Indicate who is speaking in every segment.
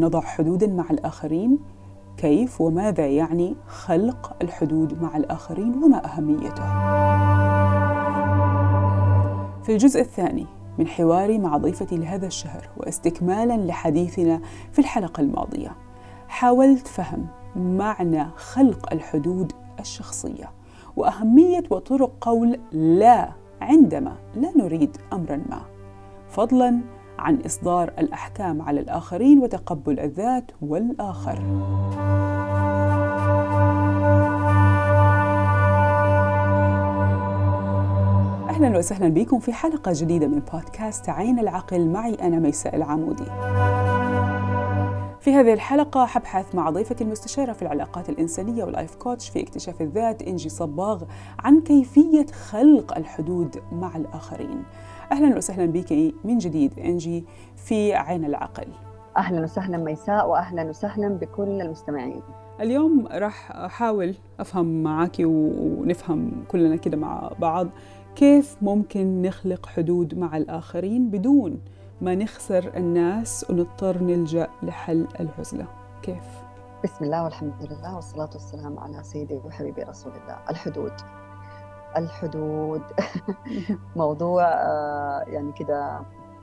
Speaker 1: نضع حدوداً مع الآخرين؟ كيف وماذا يعني خلق الحدود مع الآخرين وما أهميته؟ في الجزء الثاني من حواري مع ضيفتي لهذا الشهر واستكمالاً لحديثنا في الحلقة الماضية، حاولت فهم معنى خلق الحدود الشخصية وأهمية وطرق قول لا عندما لا نريد أمراً ما، فضلاً عن إصدار الأحكام على الآخرين وتقبل الذات والآخر. أهلاً وسهلاً بكم في حلقة جديدة من بودكاست عين العقل، معي أنا ميساء العمودي. في هذه الحلقة حبحث مع ضيفتي المستشارة في العلاقات الإنسانية واللايف كوتش في اكتشاف الذات إنجي صباغ عن كيفية خلق الحدود مع الآخرين. أهلاً وسهلاً بك من جديد إنجي في عين العقل.
Speaker 2: أهلاً وسهلاً ميساء، وأهلاً وسهلاً بكل المستمعين.
Speaker 1: اليوم راح أحاول أفهم معك ونفهم كلنا كده مع بعض كيف ممكن نخلق حدود مع الآخرين بدون ما نخسر الناس ونضطر نلجأ لحل العزلة. كيف؟
Speaker 2: بسم الله والحمد لله والصلاة والسلام على سيدي وحبيبي رسول الله. الحدود موضوع يعني كده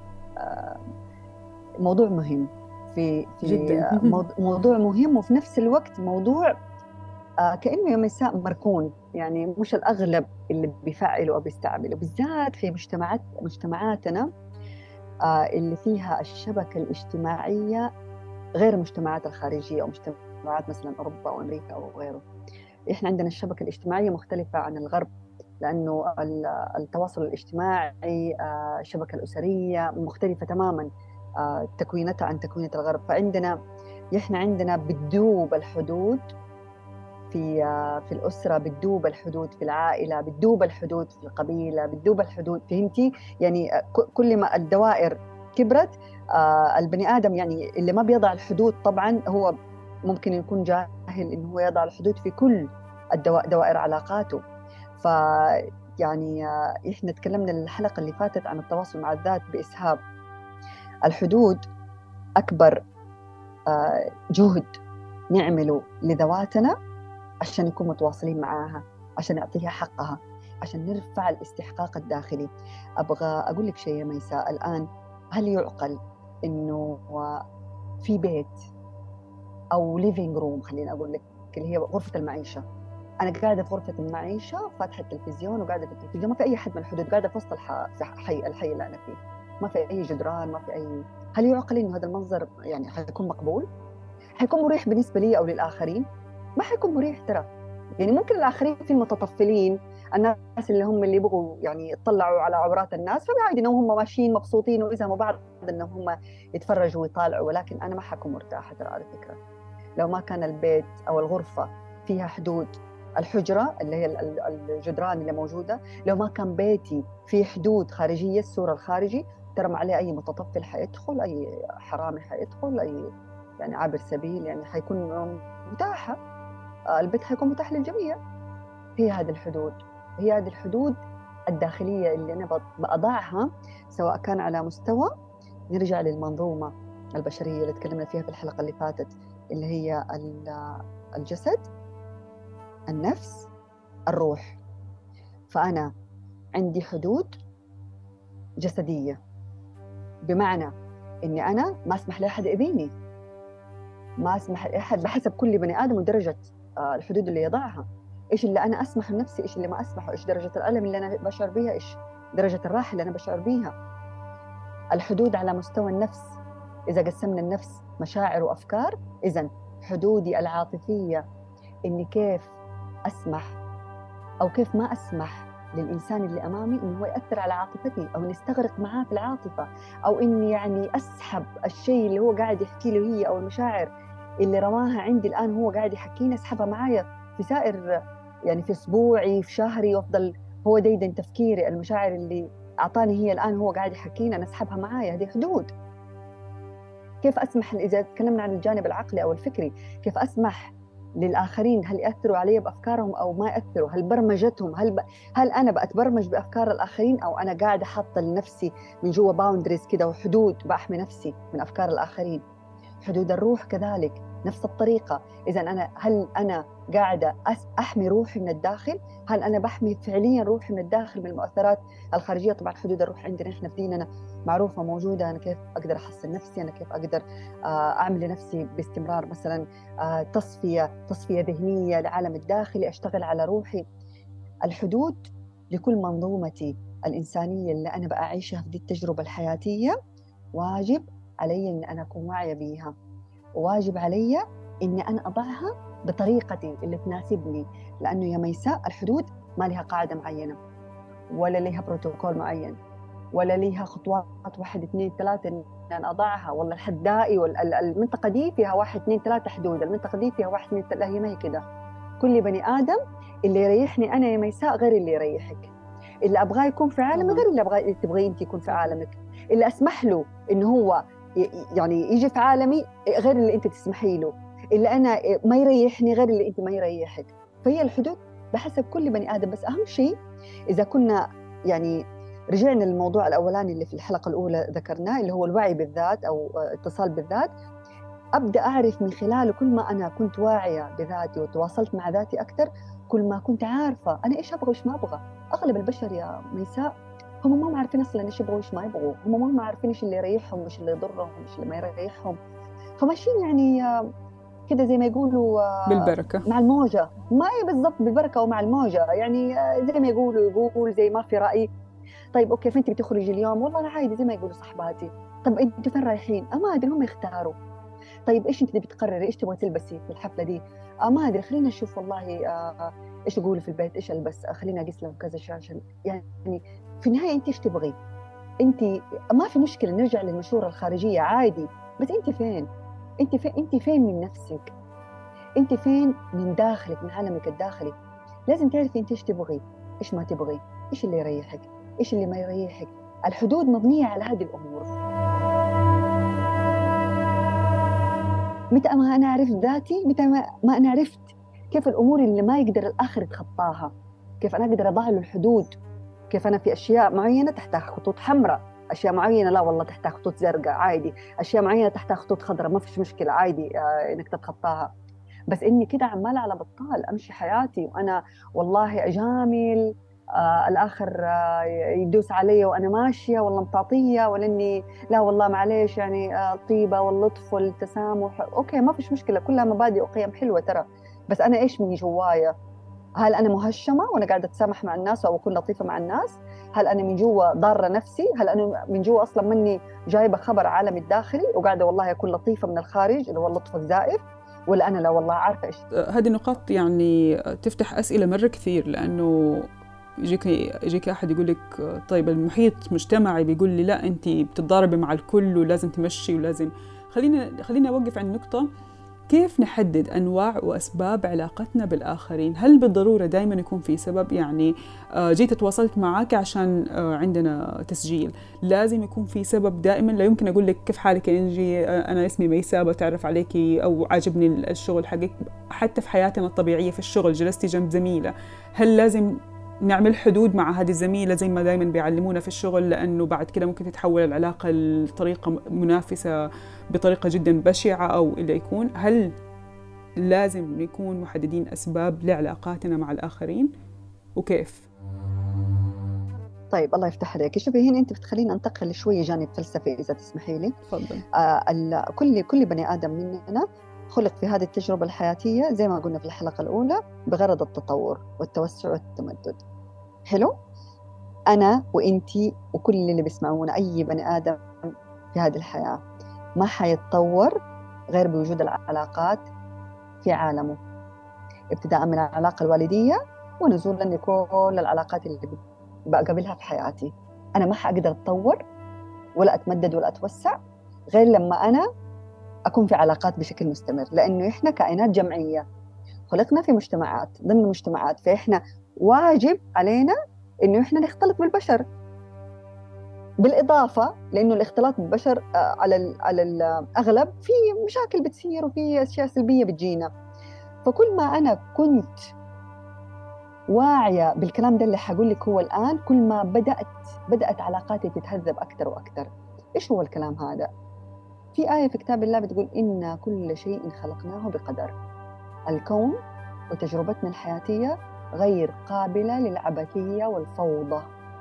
Speaker 2: موضوع مهم في
Speaker 1: جدا.
Speaker 2: موضوع مهم، وفي نفس الوقت موضوع كأنه يا ميساء مركون، يعني مش الأغلب اللي بيفعلوا أو بيستعملوا، بالذات في مجتمعاتنا اللي فيها الشبكة الاجتماعية غير المجتمعات الخارجية أو مجتمعات مثلا أوروبا أو أمريكا أو غيره. إحنا عندنا الشبكة الاجتماعية مختلفة عن الغرب، لأنه التواصل الاجتماعي الشبكة الأسرية مختلفة تماما تكوينتها عن تكوينة الغرب. إحنا عندنا بتدوب الحدود في الأسرة، بتدوب الحدود في العائلة، بتدوب الحدود في القبيلة، بتدوب الحدود، فهمتي؟ يعني كل ما الدوائر كبرت البني آدم يعني اللي ما بيضع الحدود طبعا هو ممكن يكون جاهل إنه هو يضع الحدود في كل دوائر علاقاته. يعني إحنا تكلمنا الحلقة اللي فاتت عن التواصل مع الذات بإسهاب. الحدود أكبر جهد نعمله لذواتنا عشان نكون متواصلين معاها، عشان نعطيها حقها، عشان نرفع الاستحقاق الداخلي. أبغى أقول لك شيء يا ميساء الآن، هل يعقل إنه في بيت أو ليفينج روم، خلينا أقول لك اللي هي غرفة المعيشة، أنا قاعدة في غرفة المعيشة فاتحة التلفزيون وقاعدة في التلفزيون، ما في أي حد من الحدود، قاعدة في وسط الحي اللي أنا فيه، ما في أي جدران، ما في أي. هل يعقل إنه هذا المنظر يعني حيكون مقبول؟ حيكون مريح بالنسبة لي أو للآخرين؟ ما حيكون مريح ترى. يعني ممكن الآخرين في المتطفلين، الناس اللي هم اللي يبغوا يعني يطلعوا على عورات الناس، فعادي إنهم هم ماشيين مبسوطين ويزهموا بعض إنهم هم يتفرجوا ويطالعوا، ولكن أنا ما حكون مرتاحة ترى على فكرة لو ما كان البيت أو الغرفة فيها حدود. الحجرة اللي هي الجدران اللي موجودة، لو ما كان بيتي فيه حدود خارجية، السور الخارجي ترى ما عليه أي متطفل حيدخل، أي حرامي حيدخل، أي يعني عابر سبيل يعني حيكون متاحة. البيت حيكون متاح للجميع. هي هذه الحدود الداخلية اللي أنا بأضعها، سواء كان على مستوى، نرجع للمنظومة البشرية اللي تكلمنا فيها في الحلقة اللي فاتت، اللي هي الجسد، النفس، الروح. فأنا عندي حدود جسدية، بمعنى إني أنا ما أسمح لأحد يأذيني، ما أسمح لأحد بحسب كل بني آدم ودرجة الحدود اللي يضعها. إيش اللي أنا أسمح لنفسي، إيش اللي ما أسمحه، إيش درجة الألم اللي أنا بشعر بيها، إيش درجة الراحة اللي أنا بشعر بيها. الحدود على مستوى النفس، إذا قسمنا النفس مشاعر وأفكار، إذن حدودي العاطفية، إني كيف أسمح أو كيف ما أسمح للإنسان اللي أمامي إنه هو يأثر على عاطفتي، أو نستغرق معاه في العاطفة، أو إني يعني أسحب الشيء اللي هو قاعد يحكي له هي، أو المشاعر اللي رماها عندي الآن هو قاعد يحكيني، أسحبها معايا في سائر يعني في أسبوعي، في شهري، وأفضل هو دايدا تفكيري. المشاعر اللي أعطاني هي الآن هو قاعد يحكيني، أنا أسحبها معايا. هذه حدود. كيف أسمح، إذا تكلمنا عن الجانب العقلي أو الفكري، كيف أسمح للآخرين، هل يأثروا علي بأفكارهم أو ما يأثروا؟ هل برمجتهم، هل أنا بأتبرمج بأفكار الآخرين، أو أنا قاعدة حاطة لنفسي من جوا باوندريز كده وحدود بأحمي نفسي من أفكار الآخرين؟ حدود الروح كذلك نفس الطريقة. إذا هل أنا قاعدة أحمي روحي من الداخل؟ هل أنا بحمي فعليا روحي من الداخل من المؤثرات الخارجية؟ طبعا حدود الروح عندنا إحنا في ديننا معروفة موجودة. أنا كيف أقدر أحسن نفسي، أنا كيف أقدر أعمل لنفسي باستمرار مثلا تصفية ذهنية لعالم الداخلي، أشتغل على روحي. الحدود لكل منظومتي الإنسانية اللي أنا بقى أعيشها في دي التجربة الحياتية واجب علي إن أنا أكون واعية بيها، وواجب علي إن أنا أضعها بطريقتي اللي تناسبني. لأنه يا ميساء الحدود ما لها قاعدة معينة، ولا لها بروتوكول معين، ولا لها خطوات 1 2 3 إن أنا أضعها. والله الحدائي والمنطقة دي فيها 1 2 3 حدود، المنطقة دي فيها 1 2 3. لا، هي ما هي كده. كل بني آدم اللي يريحني أنا يا ميساء غير اللي يريحك. اللي أبغاه يكون في عالمي غير اللي تبغيه أنت يكون في عالمك. اللي أسمح له إنه هو يعني يجي في عالمي غير اللي أنت تسمحي له. اللي أنا ما يريحني غير اللي أنت ما يريحك. فهي الحدود بحسب كل بني آدم. بس أهم شيء إذا كنا يعني رجعنا للموضوع الأولاني اللي في الحلقة الأولى ذكرناه، اللي هو الوعي بالذات أو اتصال بالذات، أبدأ أعرف من خلاله. كل ما أنا كنت واعية بذاتي وتواصلت مع ذاتي أكثر، كل ما كنت عارفة أنا إيش أبغى وإيش ما أبغى. أغلب البشر يا ميساء هم ما عارفين أصلاً إيش يبغوا وإيش ما يبغوا، هم ما عارفين إيش اللي يريحهم وإيش اللي يضرهم وإيش اللي ما يريحهم. فماشيين يعني كده زي ما يقولوا
Speaker 1: بالبركة
Speaker 2: مع الموجة. ما هي بالضبط بالبركة ومع الموجة، يعني زي ما يقول زي ما في رأي. طيب أوكي، فأنت بتخرجي اليوم؟ والله أنا عادي زي ما يقولوا صحباتي. طب أنتوا فين رايحين؟ ما أدري، هم يختاروا. طيب ايش انت بتقرري ايش تبغي تلبسي في الحفله دي؟ ما ادري، خلينا نشوف والله ايش يقولوا في البيت، ايش البس، خلينا اقيس لهم كذا شيء عشان يعني في النهايه انت ايش تبغي؟ انت ما في مشكله نرجع للمشوره الخارجيه عادي، بس انت فين؟ انت فين من نفسك؟ انت فين من داخلك، من عالمك الداخلي؟ لازم تعرفي انت ايش تبغي، ايش ما تبغي، ايش اللي يريحك، ايش اللي ما يريحك. الحدود مبنيه على هذه الامور. متى ما أنا عرفت ذاتي، متى ما أنا عرفت كيف الأمور اللي ما يقدر الآخر يتخطاها، كيف أنا أقدر أضع له الحدود. كيف أنا في أشياء معينة تحتها خطوط حمراء، أشياء معينة لا والله تحتها خطوط زرقاء عادي، أشياء معينة تحتها خطوط خضراء ما فيش مشكلة عادي إنك تتخطاها. بس إني كده عمالة على بطال أمشي حياتي وأنا والله أجامل الآخر يدوس علي وأنا ماشية والله مطاطية، ولا إني لا والله معليش يعني الطيبة واللطف والتسامح. أوكي ما فيش مشكلة، كلها مبادئ وقيم حلوة ترى. بس أنا إيش من جوايا؟ هل أنا مهشمة وأنا قاعدة أتسامح مع الناس أو أكون لطيفة مع الناس؟ هل أنا من جوا ضارة نفسي؟ هل أنا من جوا أصلا مني جايبة خبر عالمي الداخلي وقاعدة والله أكون لطيفة من الخارج اللي هو اللطف الزائف؟ ولا أنا لا والله عارفة إيش؟
Speaker 1: هذه النقاط يعني تفتح أسئلة مرة كثير، لأنه يجيك أحد يقول لك طيب المحيط مجتمعي بيقول لي لا أنت بتتضاربي مع الكل ولازم تمشي ولازم. خلينا أوقف عند نقطة، كيف نحدد أنواع وأسباب علاقتنا بالآخرين؟ هل بالضرورة دائما يكون في سبب؟ يعني جيت تواصلت معك عشان عندنا تسجيل، لازم يكون في سبب دائما؟ لا يمكن أقول لك كيف حالك يا إنجي، أنا اسمي ميساء بتعرف عليكي، أو عاجبني الشغل حقك. حتى في حياتنا الطبيعية في الشغل جلستي جنب زميلة، هل لازم نعمل حدود مع هذه الزميلة زي ما دائما بيعلمونا في الشغل؟ لأنه بعد كده ممكن تتحول العلاقة لطريقة منافسة بطريقة جدا بشعة أو اللي يكون. هل لازم نكون محددين أسباب لعلاقاتنا مع الآخرين وكيف؟
Speaker 2: طيب الله يفتح عليك. شوفي هنا أنت بتخليني أنتقل شوية جانب فلسفي إذا تسمحي لي.
Speaker 1: تفضل.
Speaker 2: كل بني آدم مننا خلق في هذه التجربة الحياتية زي ما قلنا في الحلقة الأولى بغرض التطور والتوسع والتمدد. حلو؟ أنا وإنتي وكل اللي بيسمعونا، أي بني آدم في هذه الحياة ما حيتطور غير بوجود العلاقات في عالمه، ابتداء من العلاقة الوالدية ونزولا لكل العلاقات اللي بقابلها في حياتي. أنا ما حأقدر أتطور ولا أتمدد ولا أتوسع غير لما أنا أكون في علاقات بشكل مستمر، لأنه إحنا كائنات جمعية خلقنا في مجتمعات، ضمن مجتمعات، فإحنا واجب علينا إنه إحنا نختلط بالبشر. بالإضافة لأنه الاختلاط بالبشر على الأغلب في مشاكل بتصير وفي أشياء سلبية بتجينا. فكل ما أنا كنت واعية بالكلام ده اللي حقول لك هو الآن، كل ما بدأت علاقاتي تتهذب أكثر وأكثر. إيش هو الكلام هذا؟ في آية في كتاب الله بتقول إن كل شيء خلقناه بقدر. الكون وتجربتنا الحياتية غير قابلة للعبثية والفوضى.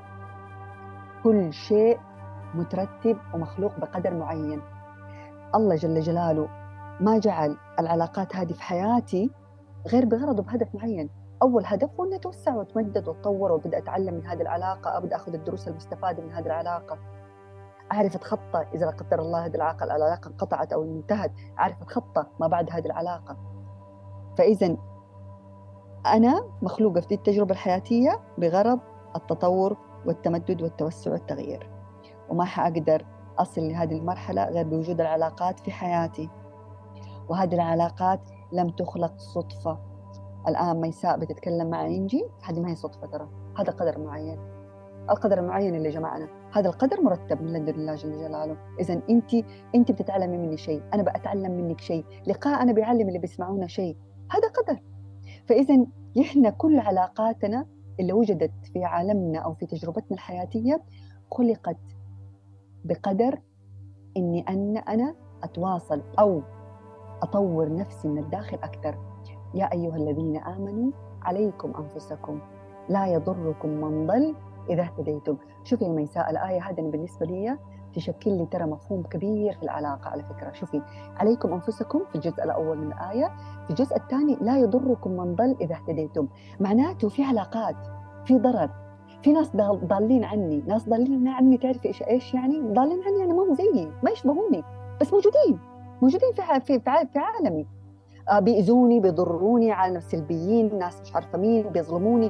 Speaker 2: كل شيء مترتب ومخلوق بقدر معين. الله جل جلاله ما جعل العلاقات هذه في حياتي غير بغرض وبهدف معين. أول هدف هو أن أتوسع وأتمدد وأتطور، وأبدأ أتعلم من هذه العلاقة، أبدأ أخذ الدروس المستفادة من هذه العلاقة، أعرف أتخطى إذا لا قدر الله هذه العلاقة انقطعت أو انتهت، أعرف أتخطى ما بعد هذه العلاقة. فإذا أنا مخلوقة في التجربة الحياتية بغرض التطور والتمدد والتوسع والتغيير، وما حأقدر أصل لهذه المرحلة غير بوجود العلاقات في حياتي. وهذه العلاقات لم تخلق صدفة. الآن ميساء بتتكلم مع إنجي، هذه ما هي صدفة ترى، هذا قدر معين. القدر المعين اللي جمعنا، هذا القدر مرتب من لدن الله جل جلاله. إذا أنت بتتعلمي مني شيء، أنا بأتعلم منك شيء، لقاء بيعلم اللي بيسمعونا شيء، هذا قدر. فإذا إحنا كل علاقاتنا اللي وجدت في عالمنا أو في تجربتنا الحياتية خلقت بقدر إني أنا أتواصل أو أطور نفسي من الداخل أكثر. يا أيها الذين آمنوا عليكم أنفسكم لا يضركم من ضل إذا اهتديتم. شوفي الميساء، الآية هذه بالنسبة لي تشكل لي ترى مفهوم كبير في العلاقة على فكرة. شوفي، عليكم أنفسكم في الجزء الأول من الآية، في الجزء الثاني لا يضركم من ضل إذا اهتديتم. معناته في علاقات في ضرر، في ناس ضالين عني، ناس ضالين عني. تعرفي إيش يعني ضالين عني؟ يعني ما هم زيي، ما يشبهوني، بس موجودين في عالمي. بيأذوني، بيضروني، عالم سلبيين، ناس مش عارفة مين، بيظلموني.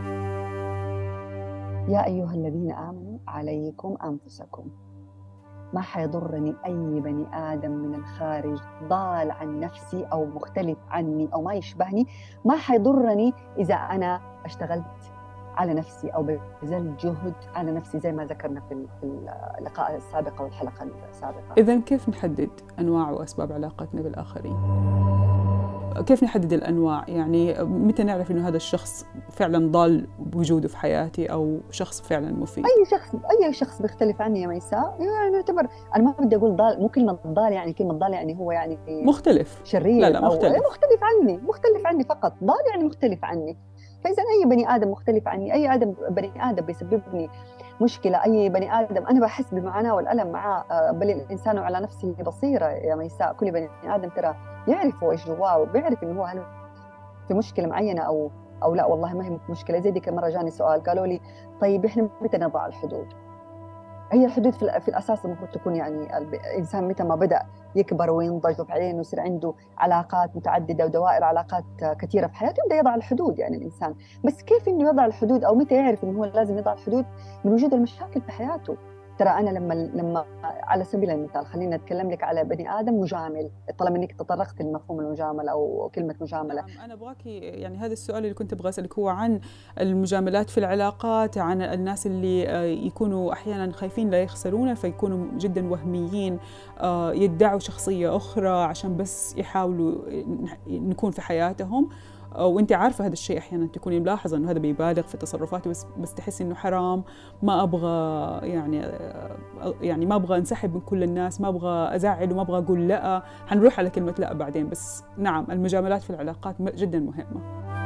Speaker 2: يا أيها الذين آمنوا عليكم أنفسكم. ما حيضرني أي بني آدم من الخارج ضال عن نفسي أو مختلف عني أو ما يشبهني، ما حيضرني إذا أنا اشتغلت على نفسي أو بذلت جهد على نفسي زي ما ذكرنا في اللقاء السابق والحلقة السابقة.
Speaker 1: إذن كيف نحدد أنواع وأسباب علاقتنا بالآخرين؟ كيف نحدد الأنواع؟ يعني متى نعرف إنه هذا الشخص فعلاً ضال بوجوده في حياتي أو شخص فعلاً مفيد؟
Speaker 2: أي شخص بيختلف عني يا ميساء يعني نعتبر، أنا ما بدي أقول ضال، مو كلمة ضال يعني كلمة ضال يعني هو يعني
Speaker 1: مختلف،
Speaker 2: شرير،
Speaker 1: لا
Speaker 2: مختلف عني فقط. ضال يعني مختلف عني. فإذا أي بني آدم مختلف عني، أي بني آدم بيسببني مشكلة، أي بني آدم أنا بحس بالمعاناة والألم معاه، بل الإنسان على نفسه بصيرة يا ميساء. كل بني آدم ترى يعرف إيش جواه، وبيعرف إنه هو هل في مشكلة معينة أو لا. والله ما هي مشكلة. زي ديك مرة جاني سؤال، قالوا لي طيب إحنا متى نضع الحدود؟ هي الحدود في الأساس المفروض تكون يعني الإنسان متى ما بدأ يكبر وينضج وبعدين يصير عنده علاقات متعددة ودوائر علاقات كثيرة في حياته، يبدأ يضع الحدود يعني الإنسان. بس كيف إنه يضع الحدود أو متى يعرف إنه هو لازم يضع الحدود؟ من وجود المشاكل في حياته. ترى أنا لما على سبيل المثال خلينا نتكلم لك على بني آدم مجامل، طالما إنك تطرقت لمفهوم المجاملة أو كلمة مجاملة.
Speaker 1: أنا أبغاك يعني هذا السؤال اللي كنت أبغى أسألك هو عن المجاملات في العلاقات، عن الناس اللي يكونوا أحيانا خايفين لا يخسرونا فيكونوا جدا وهميين، يدعوا شخصية أخرى عشان بس يحاولوا نكون في حياتهم. وانت عارفه هذا الشيء احيانا تكوني ملاحظه انه هذا بيبالغ في تصرفاته، بس تحسي انه حرام، ما ابغى يعني ما ابغى انسحب من كل الناس، ما ابغى ازعل وما ابغى اقول لا. حنروح على كلمه لا بعدين، بس نعم المجاملات في العلاقات جدا مهمه.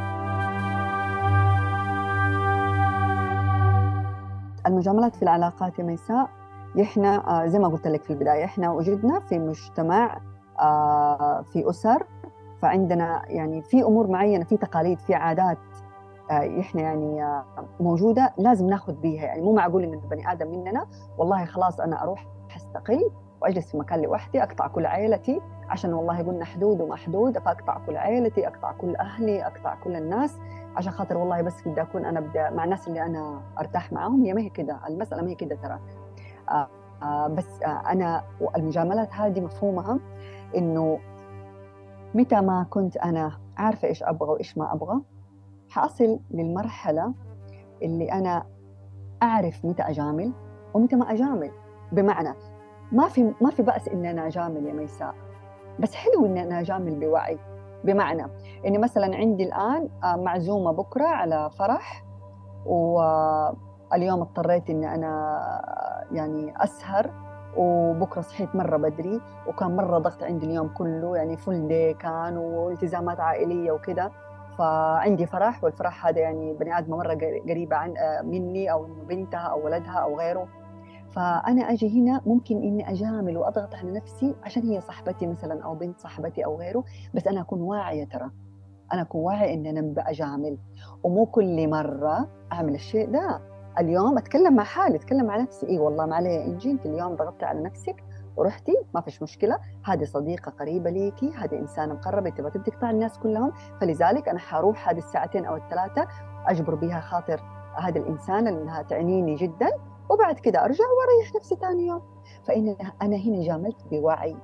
Speaker 2: المجاملات في العلاقات يا ميساء، احنا زي ما قلت لك في البدايه، احنا وجدنا في مجتمع، في اسر، فعندنا يعني في امور معينه، في تقاليد، في عادات احنا يعني موجوده لازم ناخذ بيها. يعني مو معقول ان البني ادم مننا والله خلاص انا اروح استقيل واجلس في مكان لوحدي، اقطع كل عائلتي عشان والله قلنا حدود وما حدود، فاقطع كل عائلتي، اقطع كل اهلي، اقطع كل الناس عشان خاطر والله بس بدي اكون انا مع الناس اللي انا ارتاح معاهم. هي ما هي كده المساله، ما هي كده ترى. بس انا المجاملات هذه مفهومها انه متى ما كنت أنا عارفة إيش أبغى وإيش ما أبغى، حأصل للمرحلة اللي أنا أعرف متى أجامل ومتى ما أجامل. بمعنى ما في بأس إن أنا أجامل يا ميساء، بس حلو إن أنا أجامل بوعي. بمعنى إني مثلاً عندي الآن معزومة بكرة على فرح، واليوم اضطريت إن أنا يعني أسهر وبكرة صحيت مرة بدري وكان مرة ضغط عندي اليوم كله، يعني فول داي كان والتزامات عائلية وكده، فعندي فرح، والفرح هذا يعني بني آدمة مرة قريبة عن مني، أو إنه بنتها أو ولدها أو غيره. فأنا أجي هنا ممكن إني أجامل وأضغط على نفسي عشان هي صاحبتي مثلا أو بنت صاحبتي أو غيره، بس أنا أكون واعية، ترى أنا أكون واعية إن أنا بأجامل، ومو كل مرة أعمل الشيء ده. اليوم أتكلم مع حالي، أتكلم مع نفسي، إيه والله ما علي يا إنجي، أنت اليوم ضغطتي على نفسك ورحتي، ما فيش مشكلة، هذه صديقة قريبة ليكي، هذه إنسانة مقربة تبغى تقطع الناس كلهم، فلذلك أنا حروح هذه الساعتين أو الثلاثة أجبر بها خاطر هذه الإنسانة لأنها تعنيني جدا، وبعد كده أرجع وأريح نفسي ثاني يوم. فإن أنا هنا جاملت بوعي.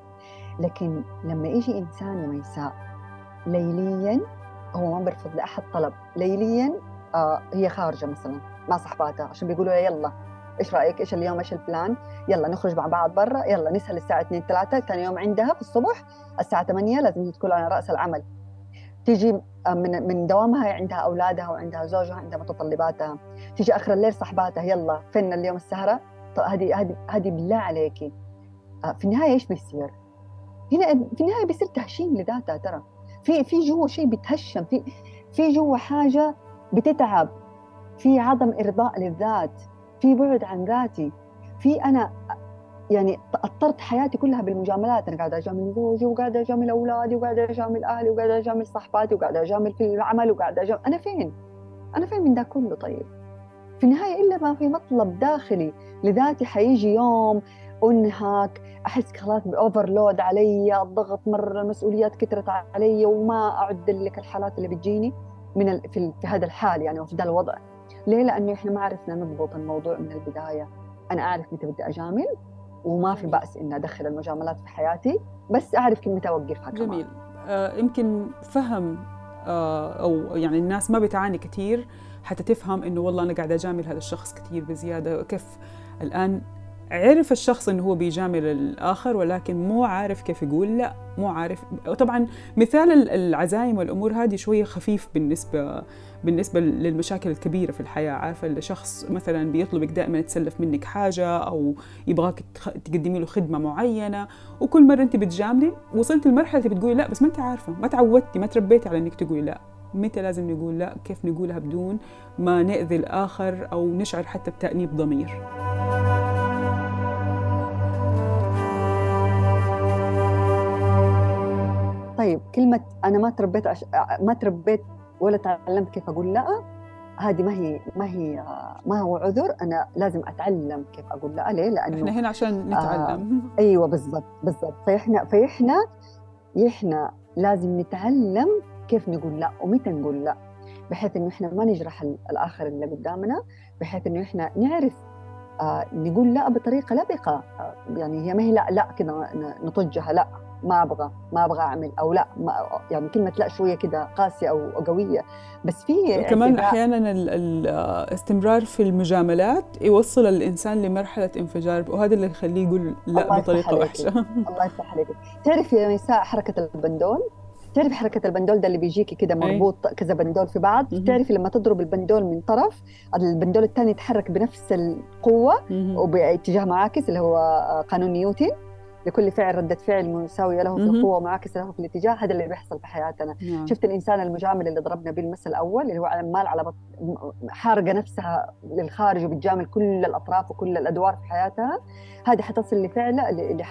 Speaker 2: لكن لما يجي إنسان ويساء ليليا، هو ما بيرفض لأحد طلب ليليا، هي خارجة مثلا مع صحباتها عشان بيقولوا يلا إيش رأيك، إيش اليوم، إيش البلان، يلا نخرج مع بعض برا، يلا نسهل الساعة 2 3، ثاني يوم عندها في الصبح الساعة 8 لازم تكون على رأس العمل، تيجي من دوامها عندها أولادها وعندها زوجها عندها متطلباتها، تيجي آخر الليل صحباتها يلا فين اليوم السهرة. طب هذه بالله عليكي، في النهاية إيش بيصير؟ هنا في النهاية بيصير تهشيم لذاتها، ترى في جوا شيء بيتهشم، في جوا حاجة بتتعب، في عدم إرضاء للذات، في بعد عن ذاتي، في أنا يعني أطرت حياتي كلها بالمجاملات، أنا قاعدة أجامل زوجي وقاعدة أجامل أولادي وقاعدة أجامل أهلي وقاعدة أجامل صحباتي وقاعدة أجامل في العمل وقاعدة أجامل، أنا فين من ده كله؟ طيب في النهاية إلا ما في مطلب داخلي لذاتي، حيجي يوم أنهك، أحس خلاص بأوفرلود علي، الضغط مرة، المسؤوليات كترت علي، وما أعد لك الحالات اللي بتجيني في هذا الحال يعني، وفي ذا الوضع. ليه؟ لأنه إحنا ما عرفنا نضبط الموضوع من البداية. أنا أعرف متى بدي أجامل، وما في بأس إن أدخل المجاملات في حياتي، بس أعرف كم متى أوقفها كمان.
Speaker 1: جميل. يمكن فهم أو يعني الناس ما بتعاني كثير حتى تفهم إنه والله أنا قاعدة أجامل هذا الشخص كثير بزيادة. كيف الآن عرف الشخص إنه هو بيجامل الآخر ولكن مو عارف كيف يقول لا، مو عارف. طبعا مثال العزايم والأمور هذه شوية خفيف بالنسبة للمشاكل الكبيرة في الحياة. عارفة الشخص مثلا بيطلبك دائما يتسلف منك حاجة أو يبغاك تقدمي له خدمة معينة، وكل مرة أنت بتجاملي وصلت لمرحلة بتقولي لا، بس ما أنت عارفة، ما تعودتي، ما تربيتي على أنك تقولي لا. متى لازم نقول لا، كيف نقولها بدون ما نأذي الآخر أو نشعر حتى بتأنيب ضمير.
Speaker 2: طيب كلمة أنا ما تربيت ولا تعلمت كيف أقول لا، هذه ما هو عذر، أنا لازم أتعلم كيف أقول لا. ليه؟ لأنه
Speaker 1: إحنا هنا عشان نتعلم.
Speaker 2: أيوة بالضبط. فإحنا لازم نتعلم كيف نقول لا ومتى نقول لا، بحيث إنه إحنا ما نجرح الآخر اللي قدامنا، بحيث إنه إحنا نعرف نقول لا بطريقة لبقة. يعني هي ما هي لا كذا نطجها، لا ما أبغى أعمل، أو لا يعني كلمة لا شوية كده قاسية أو قوية. بس في
Speaker 1: كمان أحياناً الاستمرار في المجاملات يوصل الإنسان لمرحلة انفجار، وهذا اللي يخليه يقول لا بطريقة وحشة.
Speaker 2: الله يفتح عليك. تعرف يا ميساء حركة البندول؟ تعرف حركة البندول ده اللي بيجيكي كده مربوط كذا بندول في بعض؟ تعرفي لما تضرب البندول من طرف، البندول الثاني يتحرك بنفس القوة وباتجاه معاكس، اللي هو قانون نيوتن، لكل فعل ردة فعل مساوية له في القوة ومعاكسة له في الاتجاه. هذا اللي بيحصل في حياتنا. شفت الإنسان المجامل اللي ضربنا به المثل الأول، اللي هو عمال على حارقة نفسها للخارج وبتجامل كل الأطراف وكل الأدوار في حياتها، هذه حتصل لفعل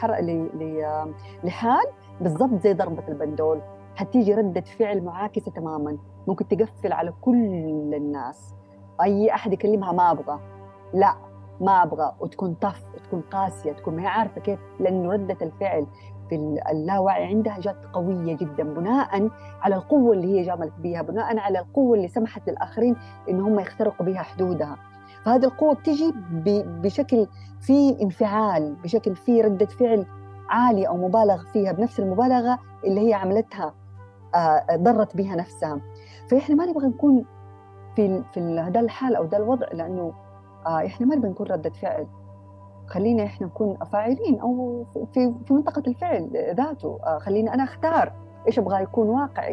Speaker 2: لحال بالضبط زي ضربة البندول، حتيجي ردة فعل معاكسة تماما، ممكن تقفل على كل الناس. أي أحد يكلمها ما أبغى، لا ما أبغى، وتكون طف، تكون قاسية، تكون ما هي عارفة كيف، لأنه ردة الفعل في اللاوعي عندها جات قوية جدا بناء على القوة اللي هي جاملت بها، بناء على القوة اللي سمحت للآخرين إن هم يخترقوا بها حدودها. فهذه القوة بتجي بشكل في انفعال، بشكل في ردة فعل عالية أو مبالغ فيها بنفس المبالغة اللي هي عملتها، ضرت بها نفسها. فإحنا ما نبغى نكون في هذا الحال أو ده الوضع، لأنه إحنا ما نبغى نكون ردة فعل. خلينا إحنا نكون فاعلين أو في منطقة الفعل ذاته. خلينا أنا أختار إيش أبغى يكون واقعي.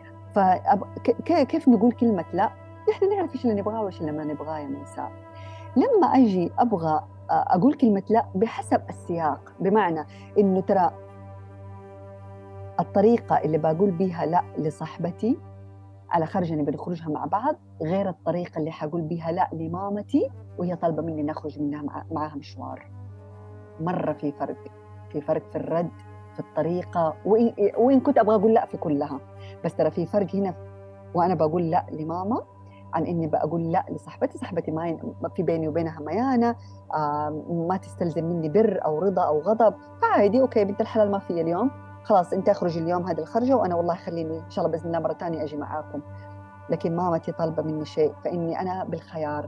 Speaker 2: كيف نقول كلمة لا؟ إحنا نعرف إيش اللي نبغاه وإيش اللي ما نبغاه يا ميساء. لما أجي أبغى أقول كلمة لا بحسب السياق، بمعنى إنه ترى الطريقة اللي بقول بيها لا لصاحبتي على خرجة نبي نخرجها مع بعض غير الطريقة اللي حقول بيها لا لمامتي وهي طالبة مني نخرج منها معها مشوار. مرة في فرق، في فرق في الرد، في الطريقة، وإن كنت أبغى أقول لا في كلها، بس ترى في فرق هنا وأنا بقول لا لماما عن إني بقول لا لصاحبتي. صاحبتي ما في بيني وبينها ميانة، ما تستلزم مني بر أو رضا أو غضب، فعادي أوكي بنت الحلال ما في اليوم، خلاص أنت أخرج اليوم هذه الخرجة وأنا والله خليني إن شاء الله بإذن الله مرة تانية أجي معاكم. لكن مامتي طالبة مني شيء فإني أنا بالخيار،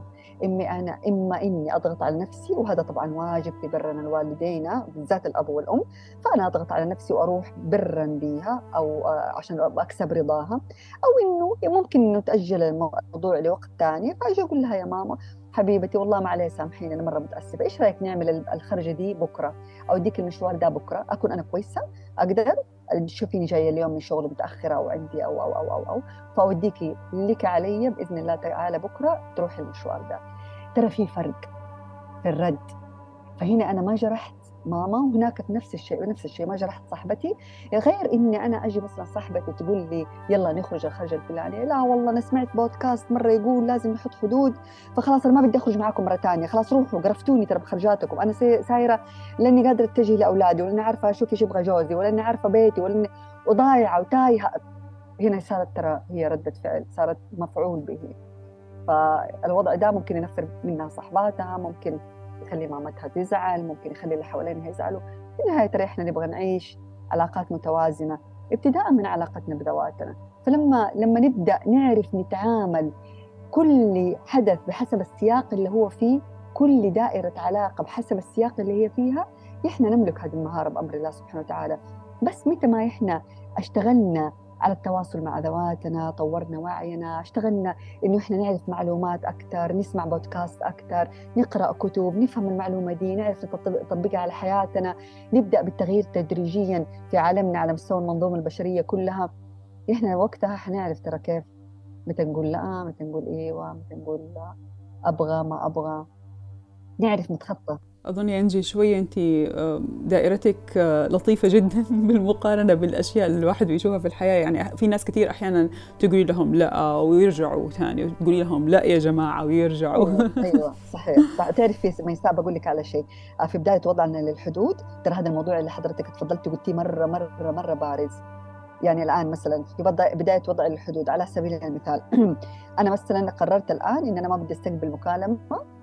Speaker 2: إما إني أضغط على نفسي، وهذا طبعا واجب في برنا الوالدين بالذات الأب والأم، فأنا أضغط على نفسي وأروح برا بيها أو عشان أكسب رضاها، أو إنه ممكن إنه تأجل الموضوع لوقت ثاني، فأجي أقول لها يا ماما حبيبتي والله ما عليه سامحيني أنا مرة متأسفة، إيش رأيك نعمل الخرجة دي بكرة أو أديك المشوار ده بكرة، أكون أنا كويسة أقدر، شوفيني جاية اليوم من شغل متأخرة أو عندي أو فأوديكي لك علي بإذن الله تعالى بكرة تروحي المشوار ده. ترى في فرق في الرد، فهنا أنا ما جرحت ماما، وهناك في نفس الشيء ما جرحت صاحبتي، غير إني أنا أجي مثلا صاحبتي تقول لي يلا نخرج الخرجة الفلانية، لا والله أنا سمعت بودكاست مرة يقول لازم نحط حدود، فخلاص أنا ما بدي أخرج معاكم مرة تانية، خلاص روحوا قرفتوني ترى بخرجاتكم، أنا سايرة لأني قادرة أتجه لأولادي، ولأني عارفة أشوف إيش يبغى جوزي، ولأني عارفة بيتي، ولأني وضايعة وتايهة. هنا صارت ترى هي ردة فعل، صارت مفعول به، فالوضع ده ممكن ينفر منها صحباتها، ممكن يخلي مامتها تزعل، ممكن يخلي اللي حوالينها يزعلوا. في النهاية ترى إحنا نبغى نعيش علاقات متوازنة ابتداء من علاقتنا بذواتنا، فلما نبدأ نعرف نتعامل كل حدث بحسب السياق اللي هو فيه، كل دائرة علاقة بحسب السياق اللي هي فيها، إحنا نملك هذه المهارة بأمر الله سبحانه وتعالى. بس متى ما إحنا اشتغلنا على التواصل مع ذواتنا، طورنا وعينا، اشتغلنا إنه إحنا نعرف معلومات أكثر، نسمع بودكاست أكثر، نقرأ كتب، نفهم المعلومة دي، نعرف نطبقها على حياتنا، نبدأ بالتغيير تدريجيا في عالمنا على مستوى المنظومة البشرية كلها، إحنا وقتها حنعرف ترى كيف متى نقول لا، متى نقول إيوه، متى نقول لا أبغى ما أبغى، نعرف نتخطى.
Speaker 1: أظن يا أنجي شوية أنت دائرتك لطيفة جدا بالمقارنة بالأشياء اللي الواحد بيشوفها في الحياة. يعني في ناس كتير أحيانا تقولي لهم لا ويرجعوا ثاني، تقولي لهم لا يا جماعة ويرجعوا.
Speaker 2: أيوة صحيح. تعرف في ميساء بقول لك على شيء، في بداية وضعنا للحدود ترى هذا الموضوع اللي حضرتك تفضلتي قلتيه مرة بارز. يعني الآن مثلا في بداية وضع الحدود على سبيل المثال أنا مثلا قررت الآن إن أنا ما بدي استقبل مكالمة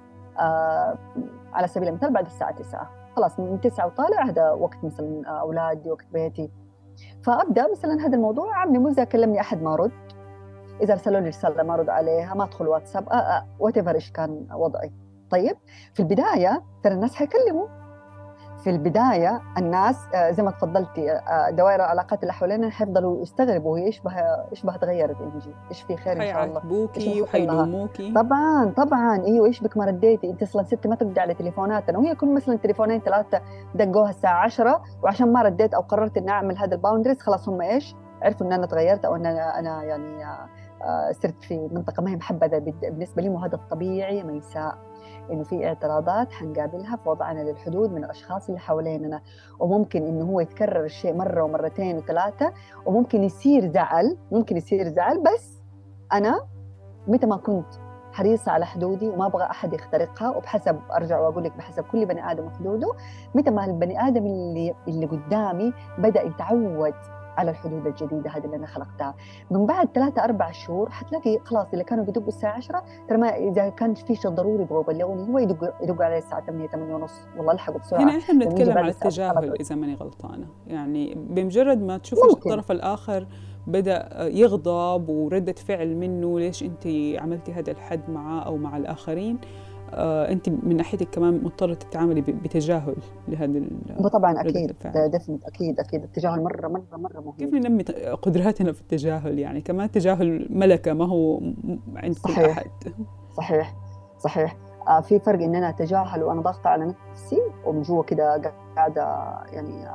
Speaker 2: على سبيل المثال بعد الساعة 9، خلاص من 9 وطالع هذا وقت مثلا أولادي، وقت بيتي، فأبدأ مثلا هذا الموضوع عمي مو كلمني أحد ما رد، إذا أرسلوا لي رسالة ما رد عليها، ما أدخل واتساب، whatever إيش كان وضعي. طيب في البداية ترى الناس حيكلموا، في البداية الناس زي ما تفضلتي دوائر العلاقات اللي حوالينا حيفضلوا يستغربوا هي إيش بها تغيرت إنجي، إيش في خير إن شاء الله،
Speaker 1: حيعاتبوكي وحيلوموكي.
Speaker 2: طبعا إيوه إيش بك ما رديتي، أنت أصلا ستي ما ترد على تليفوناتنا، وهي كل مثلا تليفونين 3 دقوها الساعة 10، وعشان ما رديت أو قررت إني أعمل هذا الباوندريز خلاص هم إيش عرفوا إن أنا تغيرت أو إن أنا يعني صرت في منطقة ما هي محبذة بالنسبة لي، وهذا الطبيعي ميساء، إنه في اعتراضات حنقابلها في وضعنا للحدود من الأشخاص اللي حواليننا، وممكن إنه هو يتكرر الشيء مرة ومرتين وثلاثة، وممكن يصير زعل، بس أنا متى ما كنت حريصة على حدودي وما أبغى أحد يخترقها، وبحسب أرجع وأقول لك بحسب كل بني آدم وحدوده، متى ما البني آدم اللي قدامي بدأ يتعود على الحدود الجديدة هذه اللي أنا خلقتها، من بعد 3-4 شهور حتلاقي خلاص اللي كانوا بيدقوا الساعة 10 ترى ما إذا كان في شيء ضروري يبغوا يبلغوني هو يدق علي الساعة 8 ونص، والله الحقوا بسرعة.
Speaker 1: هنا إحنا بنتكلم على التجاهل إذا ماني غلطانة، يعني بمجرد ما تشوف الطرف الآخر بدأ يغضب وردة فعل منه ليش أنت عملتي هذا الحد معه أو مع الآخرين، أنت من ناحيتك كمان مضطرة تتعاملي بتجاهل لهذا
Speaker 2: طبعا أكيد دفنت أكيد التجاهل مرة مهم.
Speaker 1: كيف ننمي قدراتنا في التجاهل؟ يعني كمان التجاهل ملكة ما هو عند كل أحد.
Speaker 2: صحيح. في فرق إن أنا أتجاهل وأنا ضاغطة على نفسي ومن جوا كده قاعدة يعني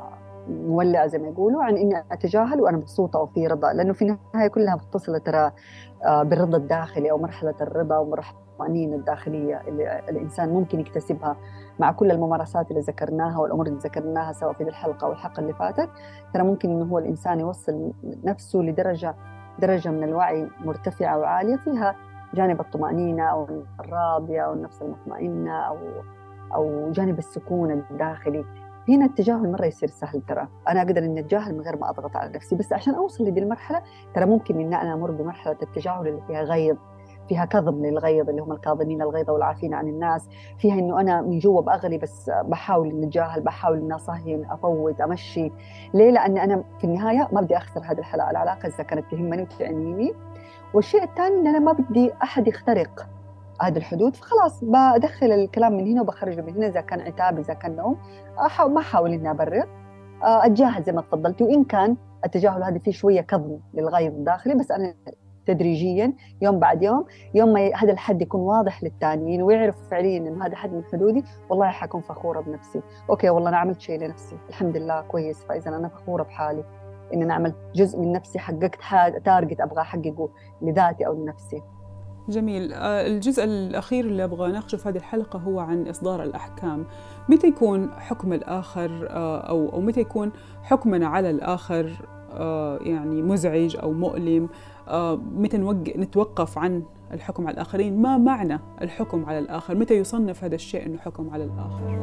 Speaker 2: مولعة زي ما يقولوا، عن إني أتجاهل وأنا مبسوطة وفي رضا، لأنه في النهاية كلها متصلة ترى بالرضا الداخلي، أو مرحلة الرضا ومرحلة الطمأنينة الداخلية اللي الإنسان ممكن يكتسبها مع كل الممارسات اللي ذكرناها والأمور اللي ذكرناها سواء في الحلقة أو الحلقة اللي فاتت. ترى ممكن إنه هو الإنسان يوصل نفسه درجة من الوعي مرتفعة وعالية، فيها جانب الطمأنينة أو الراضية أو النفس المطمئنة أو جانب السكون الداخلي. هنا التجاهل مرة يصير سهل، ترى أنا أقدر إني أتجاهل من غير ما أضغط على نفسي. بس عشان أوصل لدي المرحلة ترى ممكن إن أنا أمر بمرحلة التجاهل اللي فيها غيظ، فيها كظم للغيظ، اللي هم الكاظمين الغيظ والعافين عن الناس. فيها إنه أنا من جوا بأغلي بس بحاول إني أتجاهل، بحاول إني أصهين، أفوت، أمشي. ليه؟ لأن أنا في النهاية ما بدي أخسر هذه العلاقة إذا كانت تهمني وتعنيني. والشيء الثاني إن أنا ما بدي أحد يخترق هذه الحدود، فخلاص بدخل الكلام من هنا وبخرجه من هنا. إذا كان عتاب، إذا كان نوم، ما أحاول إني أبرر، أتجاهل زي ما تفضلتي. وإن كان التجاهل هذا فيه شوية كظم للغيظ الداخلي، بس أنا تدريجيا يوم بعد يوم ما هذا الحد يكون واضح للتانيين ويعرفوا فعليا إنه هذا حد من حدودي، والله حكون فخورة بنفسي. أوكي والله أنا عملت شيء لنفسي، الحمد لله كويس، فإذا أنا فخورة بحالي إن أنا عملت جزء من نفسي، حققت تارجت أبغى أحققه لذاتي أو لنفسي.
Speaker 1: جميل. الجزء الأخير اللي أبغى أناقشه في هذه الحلقة هو عن إصدار الأحكام. متى يكون حكم الآخر أو متى يكون حكمنا على الآخر يعني مزعج أو مؤلم؟ متى نتوقف عن الحكم على الآخرين؟ ما معنى الحكم على الآخر؟ متى يصنف هذا الشيء أنه حكم على الآخر؟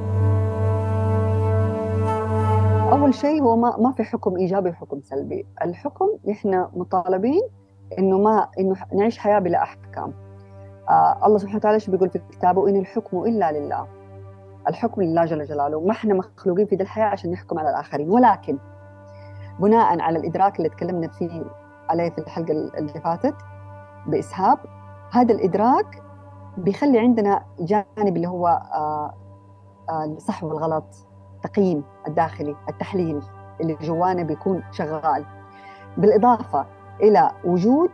Speaker 2: أول شيء هو ما في حكم إيجابي وحكم سلبي. الحكم إحنا مطالبين إنه نعيش حياة بلا أحكام. الله سبحانه وتعالى بيقول في كتابه إن الحكم إلا لله. الحكم لله جل جلاله. ما إحنا مخلوقين في دي الحياة عشان نحكم على الآخرين، ولكن بناء على الإدراك اللي تكلمنا فيه عليه في الحلقة اللي فاتت بإسهاب، هذا الإدراك بيخلي عندنا جانب اللي هو الصح والغلط، تقييم الداخلي، التحليل اللي جوانا بيكون شغال، بالإضافة إلى وجود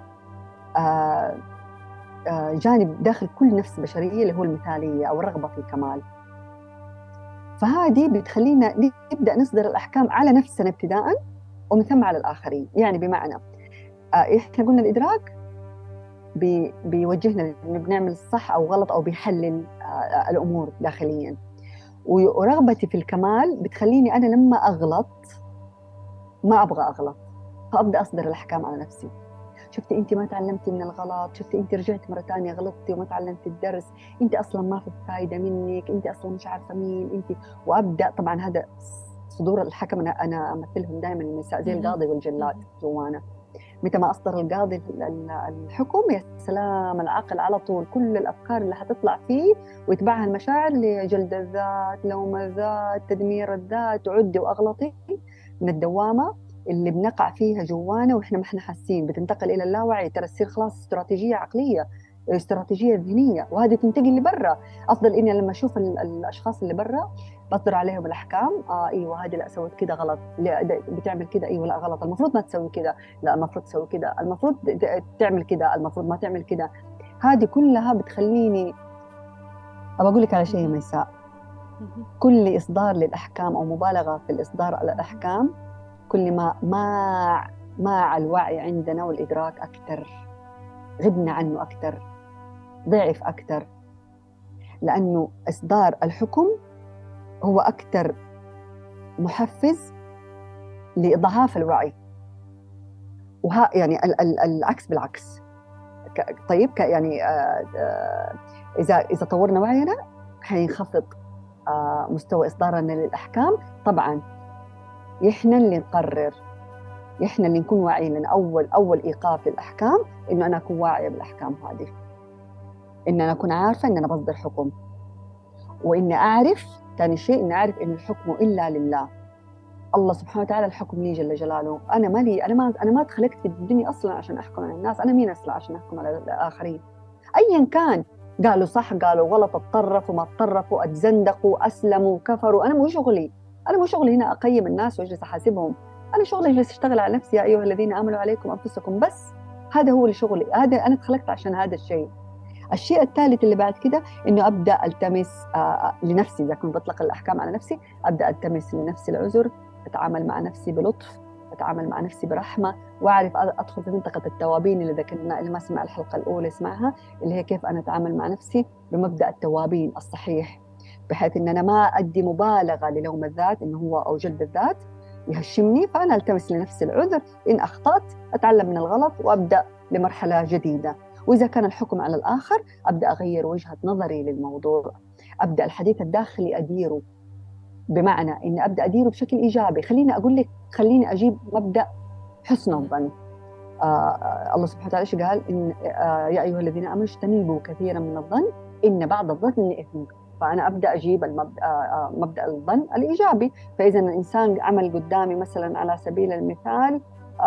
Speaker 2: جانب داخل كل نفس بشرية اللي هو المثالية أو الرغبة في الكمال. فهذه بتخلينا نبدأ نصدر الأحكام على نفسنا ابتداء ومن ثم على الآخرين. يعني بمعنى إحنا قلنا الإدراك بيوجهنا إنه بنعمل الصح أو غلط أو بيحلل الأمور داخليا، ورغبتي في الكمال بتخليني أنا لما أغلط ما أبغى أغلط، فأبدأ أصدر الأحكام على نفسي. شفتي أنت ما تعلمتي من الغلط، شفتي أنت رجعت مرة تانية غلطتي وما تعلمتي الدرس، أنت أصلا ما في فايدة منك، أنت أصلا مش عارفة مين أنت. وأبدأ طبعا هذا صدور الحكم أنا أمثلهم دائما النساء زي القاضي والجلاد جوانا. متى ما أصدر القاضي الحكم يا سلام، العقل على طول كل الأفكار اللي حتطلع فيه ويتبعها المشاعر لجلد الذات، لوم الذات، تدمير الذات، عدي وأغلطي من الدوامة اللي بنقع فيها جوانا وإحنا ما إحنا حاسين، بتنتقل إلى اللاوعي. ترى تصير خلاص استراتيجية عقلية، استراتيجية ذهنية، وهذه تنتقل لبرا. أفضل إني لما أشوف الأشخاص اللي برا بصدر عليهم الأحكام. أيوة هذه لا سوت كده غلط، بتعمل كده، أيوة لا غلط، المفروض ما تسوي كده، لا المفروض تسوي كده، المفروض تعمل كده، المفروض ما تعمل كده. هذه كلها بتخليني أقول لك على شيء ميساء، كل إصدار للأحكام أو مبالغة في الإصدار على الأحكام كل ما مع الوعي عندنا والإدراك أكثر، غبنا عنه أكثر، ضعف أكثر، لأنه إصدار الحكم هو أكثر محفز لإضعاف الوعي. يعني العكس بالعكس. طيب يعني إذا طورنا وعينا حينخفض مستوى إصدارنا للأحكام. طبعاً إحنا اللي نقرر، إحنا اللي نكون واعيين. لأن أول إيقاف للأحكام إنه أنا أكون واعية بالأحكام هذه، إن أنا أكون عارفة إن أنا بصدر حكم، وإن أعرف ثاني شيء إن أعرف إن الحكم إلا لله. الله سبحانه وتعالى الحكم لي جل جلاله. أنا ما اتخلقت في الدنيا أصلاً عشان أحكم على الناس. أنا مين أصلاً عشان أحكم على الآخرين؟ أياً كان، قالوا صح قالوا غلط، اتطرفوا ما اتطرفوا، اتزندقوا أسلموا كفروا، أنا مو شغلي هنا أقيم الناس وأجلس أحاسبهم. أنا شغلي أجلس أشتغل على نفسي. يا أيها الذين آمنوا عليكم أنفسكم، بس هذا هو شغلي، هذا أنا اتخلقت عشان هذا الشيء. الشيء الثالث اللي بعد كده إنه أبدأ ألتمس لنفسي، إذا كنت بطلق الأحكام على نفسي أبدأ ألتمس لنفسي العذر، أتعامل مع نفسي بلطف، أتعامل مع نفسي برحمة، وأعرف أدخل في منطقة التوابين اللي ذكرنا، اللي ما سمع الحلقة الأولى اسمعها، اللي هي كيف أنا أتعامل مع نفسي بمبدأ التوابين الصحيح، بحيث إن أنا ما أدي مبالغة للوم الذات إنه هو أو جلد الذات يهشمني، فأنا ألتمس لنفسي العذر. إن أخطأت أتعلم من الغلط وأبدأ لمرحلة جديدة. وإذا كان الحكم على الآخر أبدأ أغير وجهة نظري للموضوع، أبدأ الحديث الداخلي أديره، بمعنى إني أبدأ أديره بشكل إيجابي. خليني أقول لك، خليني أجيب مبدأ حسن الظن. الله سبحانه وتعالى إيش قال؟ إن يا أيها الذين آمنوا اجتنبوا كثيرا من الظن إن بعض الظن إثم. فأنا أبدأ أجيب مبدأ الظن الإيجابي. فإذا الإنسان عمل قدامي مثلا على سبيل المثال،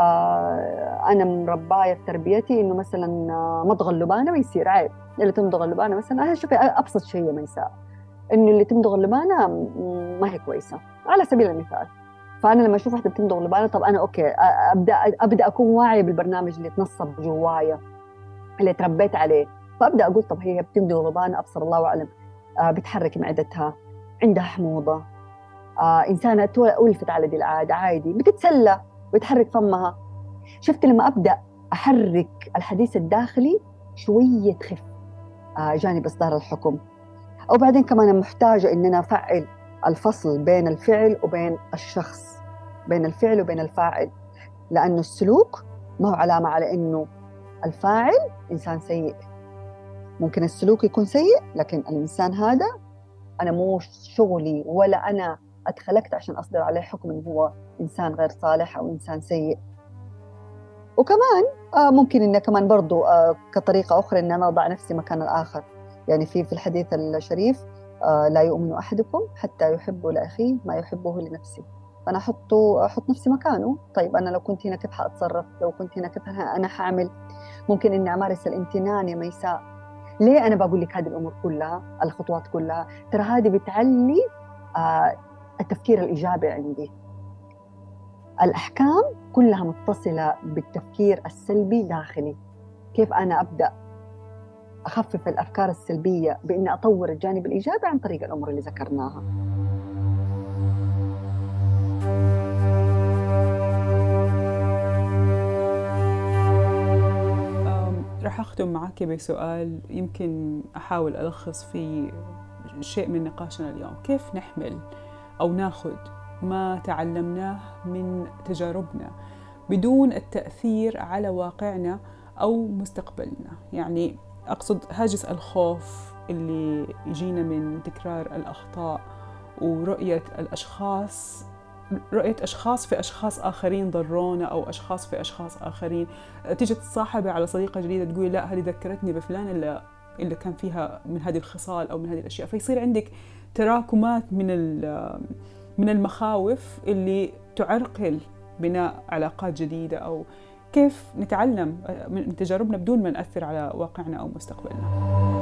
Speaker 2: أنا مرباية في تربيتي إنه مثلا مضغ اللبانة ما يصير عيب، اللي تمضغ اللبانة مثلا، أنا شوفي أبسط شيء يا ميساء، إنه اللي تمضغ اللبانة ما هي كويسة على سبيل المثال. فأنا لما أشوف واحدة بتمضغ اللبانة، طب أنا أوكي أبدأ أكون واعية بالبرنامج اللي تنصب جوايا اللي تربيت عليه، فأبدأ أقول طب هي بتمضغ اللبانة، أبصر الله أعلم بتحرك معدتها، عندها حموضة، إنسانة ألفت على دي العادة، عادي بتتسلى بتحرك فمها. شفت لما أبدأ أحرك الحديث الداخلي شوية تخف جانب إصدار الحكم. أو بعدين كمان محتاجة إن أنا أفعل الفصل بين الفعل وبين الشخص، بين الفعل وبين الفاعل، لأنه السلوك ما هو علامة على إنه الفاعل إنسان سيء. ممكن السلوك يكون سيء لكن الإنسان هذا أنا مو شغلي ولا أنا أتخلقت عشان أصدر عليه حكم إنه هو إنسان غير صالح أو إنسان سيء. وكمان ممكن إن كمان برضو كطريقة أخرى إن أنا أضع نفسي مكان الآخر. يعني في الحديث الشريف لا يؤمن أحدكم حتى يحب لأخيه ما يحبه لنفسه. فأنا أحط نفسي مكانه. طيب أنا لو كنت هنا كيف حأتصرف؟ لو كنت هنا كيف أنا حأعمل؟ ممكن إني أمارس الامتنان يا ميساء. ليه أنا بقول لك هذه الأمور كلها، الخطوات كلها؟ ترى هذه بتعلي التفكير الإيجابي عندي. الأحكام كلها متصلة بالتفكير السلبي داخلي. كيف أنا أبدأ أخفف الأفكار السلبية بإني أطور الجانب الإيجابي عن طريق الأمور اللي ذكرناها.
Speaker 1: راح أختم معك بسؤال يمكن أحاول ألخص فيه شيء من نقاشنا اليوم. كيف نحمل أو ناخذ ما تعلمناه من تجاربنا بدون التأثير على واقعنا أو مستقبلنا؟ يعني أقصد هاجس الخوف اللي يجينا من تكرار الأخطاء ورؤية أشخاص في أشخاص آخرين ضرونا، أو أشخاص في أشخاص آخرين. تيجي تتصاحبي على صديقة جديدة تقولي لا هذه ذكرتني بفلان اللي كان فيها من هذه الخصال أو من هذه الأشياء، فيصير عندك تراكمات من المخاوف اللي تعرقل بناء علاقات جديدة. أو كيف نتعلم من تجاربنا بدون ما نأثر على واقعنا أو مستقبلنا؟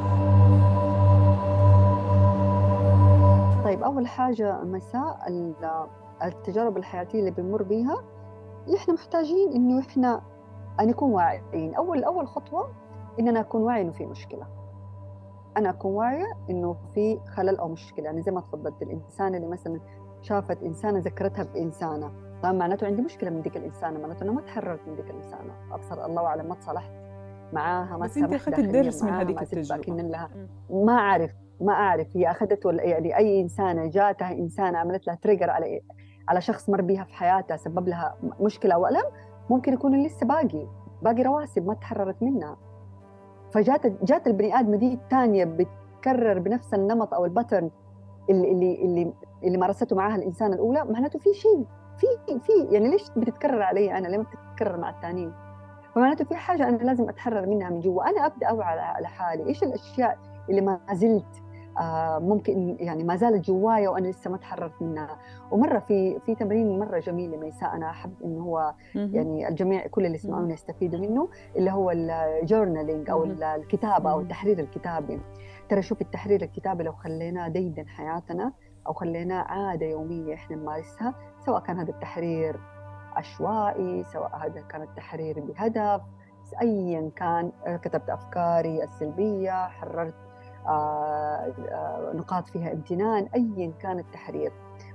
Speaker 2: طيب أول حاجة مساء التجارب الحياتية اللي بنمر بيها إحنا محتاجين إنه إحنا نكون واعيين. أول خطوة إن أنا أكون واعي إنه في مشكلة، أنا أكون واعية إنه في خلل أو مشكلة. يعني زي ما تفضلت، الإنسان اللي مثلا شافت إنسانة ذكرتها بإنسانة، طبعا معناته عندي مشكلة من ديك الإنسانة، معناته أنا ما تحررت من ديك الإنسانة، أبصر الله أعلم ما تصالحت معاها، ما
Speaker 1: بس أنت أخذت الدرس من هذيك التجربة.
Speaker 2: ما أعرف هي أخذت ولا. يعني أي إنسانة جاتها إنسانة عملت لها تريجر على شخص مر بيها في حياتها، سبب لها مشكلة وألم، ممكن يكون لسه باقي رواسب ما تحررت منها. فجات البني آدم دي الثانية بتكرر بنفس النمط أو الباترن اللي مارسته معها الإنسانة الأولى، معناته في شيء في يعني ليش بتتكرر علي أنا؟ ليه ما بتتكرر مع الثانيين؟ فمعناته في حاجة أنا لازم أتحرر منها من جوا. أنا أبدأ أوعى على حالي إيش الأشياء اللي ما زلت ممكن يعني ما زالت جوايا وأنا لسه ما تحررت منها. ومرة في تمرين مرة جميل ميساء، أنا أحب إنه هو يعني الجميع كل اللي يسمعون يستفيدوا منه، اللي هو الجورنالينج أو الكتابة أو التحرير الكتابي. ترى شوف التحرير الكتابي لو خليناه ديدن حياتنا أو خليناه عادة يومية إحنا نمارسها، سواء كان هذا التحرير عشوائي، سواء هذا كان التحرير بهدف، أيا كان، كتبت أفكاري السلبية، حررت نقاط فيها امتنان، أيا كان التحرير،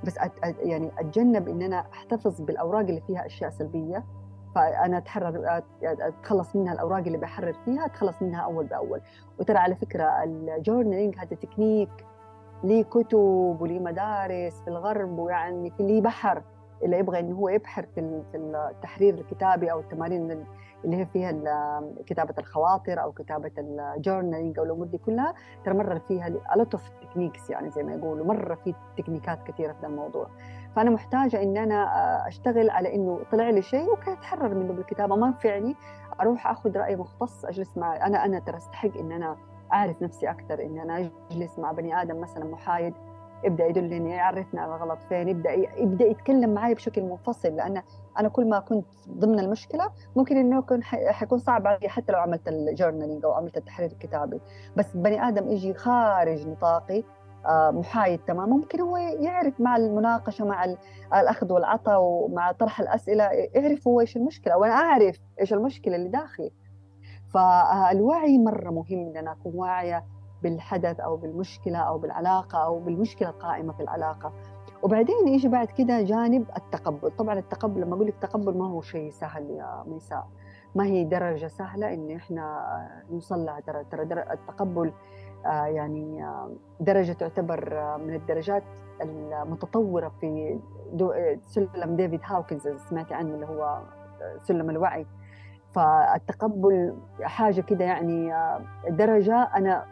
Speaker 2: بس يعني أتجنب إن أنا أحتفظ بالأوراق اللي فيها أشياء سلبية، فأنا أتخلص منها. الأوراق اللي بحرر فيها أتخلص منها أول بأول. وترى على فكرة الجورنالينج هذا تكنيك ليه كتب وليه مدارس في الغرب، ويعني في ليه بحر اللي يبغى إنه هو يبحر في التحرير الكتابي أو التمارين اللي هي فيها كتابة الخواطر أو كتابة الجورنالينج أو الأمور دي كلها. ترى مرة فيها a lot of techniques، يعني زي ما يقولوا مرة في تكنيكات كثيرة في الموضوع. فأنا محتاجة إن أنا أشتغل على إنه طلع لي شيء وكان أتحرر منه بالكتابة، ما نفعني أروح أخذ رأي مختص أجلس مع أنا ترى أستحق إن أنا أعرف نفسي أكثر، إن أنا أجلس مع بني آدم مثلا محايد يبدأ يدلني، يعرفني على الغلط فين، يبدأ يتكلم معي بشكل منفصل. لأن أنا كل ما كنت ضمن المشكلة ممكن إنه حيكون صعب علي حتى لو عملت الجورنالينج أو عملت التحرير الكتابي. بس بني آدم يجي خارج نطاقي محايد تماما، ممكن هو يعرف مع المناقشة، مع الأخذ والعطاء ومع طرح الأسئلة، يعرف هو إيش المشكلة وأنا أعرف إيش المشكلة اللي داخلي. فالوعي مرة مهم إن أنا أكون واعية بالحدث أو بالمشكلة أو بالعلاقة أو بالمشكلة القائمة في العلاقة. وبعدين يجي بعد كده جانب التقبل. طبعا التقبل، لما أقول لك تقبل ما هو شيء سهل يا ميساء، ما هي درجة سهلة إن إحنا نوصل لها. ترى التقبل يعني درجة تعتبر من الدرجات المتطورة في سلم ديفيد هاوكنز، سمعتي عنه، اللي هو سلم الوعي. فالتقبل حاجة كده يعني درجة أنا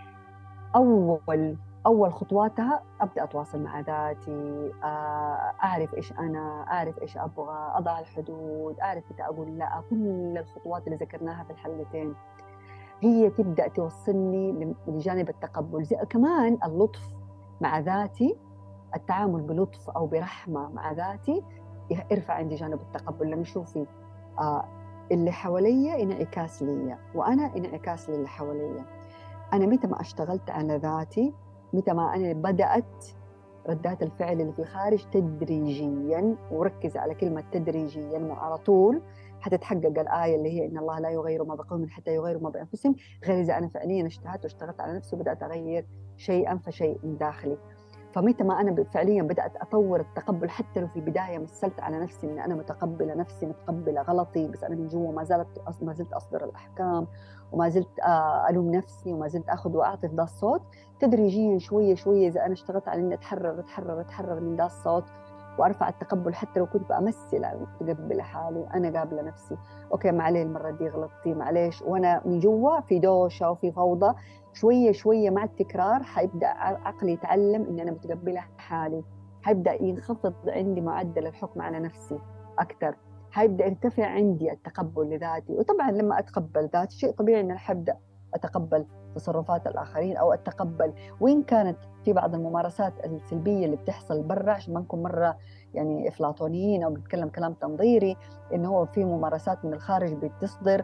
Speaker 2: أول خطواتها أبدأ أتواصل مع ذاتي، أعرف إيش أنا، أعرف إيش أبغى، أضع الحدود، أعرف متى أقول لا. كل الخطوات اللي ذكرناها في الحلقتين هي تبدأ توصلني لجانب التقبل. زي كمان اللطف مع ذاتي، التعامل بلطف أو برحمة مع ذاتي يرفع عندي جانب التقبل. لما شوفي اللي حواليا انعكاس لي وأنا انعكاس للي حواليا. أنا متى ما اشتغلت على ذاتي، متى ما أنا بدأت ردات الفعل اللي في الخارج تدريجيا، وركز على كلمة تدريجيا على طول، حتتحقق الآية اللي هي إن الله لا يغير ما بقوم حتى يغيروا ما بأنفسهم، غير إذا أنا فعليا اجتهدت واشتغلت على نفسي وبدأت أغير شيئا فشيء من داخلي. فمتى ما أنا فعليا بدأت أطور التقبل، حتى لو في البداية مثلت على نفسي إن أنا متقبلة نفسي، متقبلة غلطي، بس أنا من جوا ما زلت أصدر الأحكام، وما زلت ألوم نفسي، وما زلت أخذ وأعطي في ذا الصوت. تدريجيا شوية شوية إذا أنا اشتغلت على إني أتحرر من ذا الصوت وأرفع التقبل، حتى لو كنت بأمثل متقبلة حالي، أنا قابلة نفسي، أوكي معليه المرة دي غلطتي، معليش، وأنا من جوا في دوشة وفي فوضى. شوية شوية مع التكرار حيبدأ عقلي يتعلم إن أنا متقبلة حالي، حيبدأ ينخفض عندي معدل الحكم على نفسي أكثر، حيبدأ يرتفع عندي التقبل لذاتي. وطبعا لما أتقبل ذاتي شيء طبيعي إن حبدأ أتقبل تصرفات الآخرين أو أتقبل وإن كانت في بعض الممارسات السلبية اللي بتحصل برا، عشان ما نكون مرة يعني إفلاطونيين أو بنتكلم كلام تنظيري، إنه هو في ممارسات من الخارج بتصدر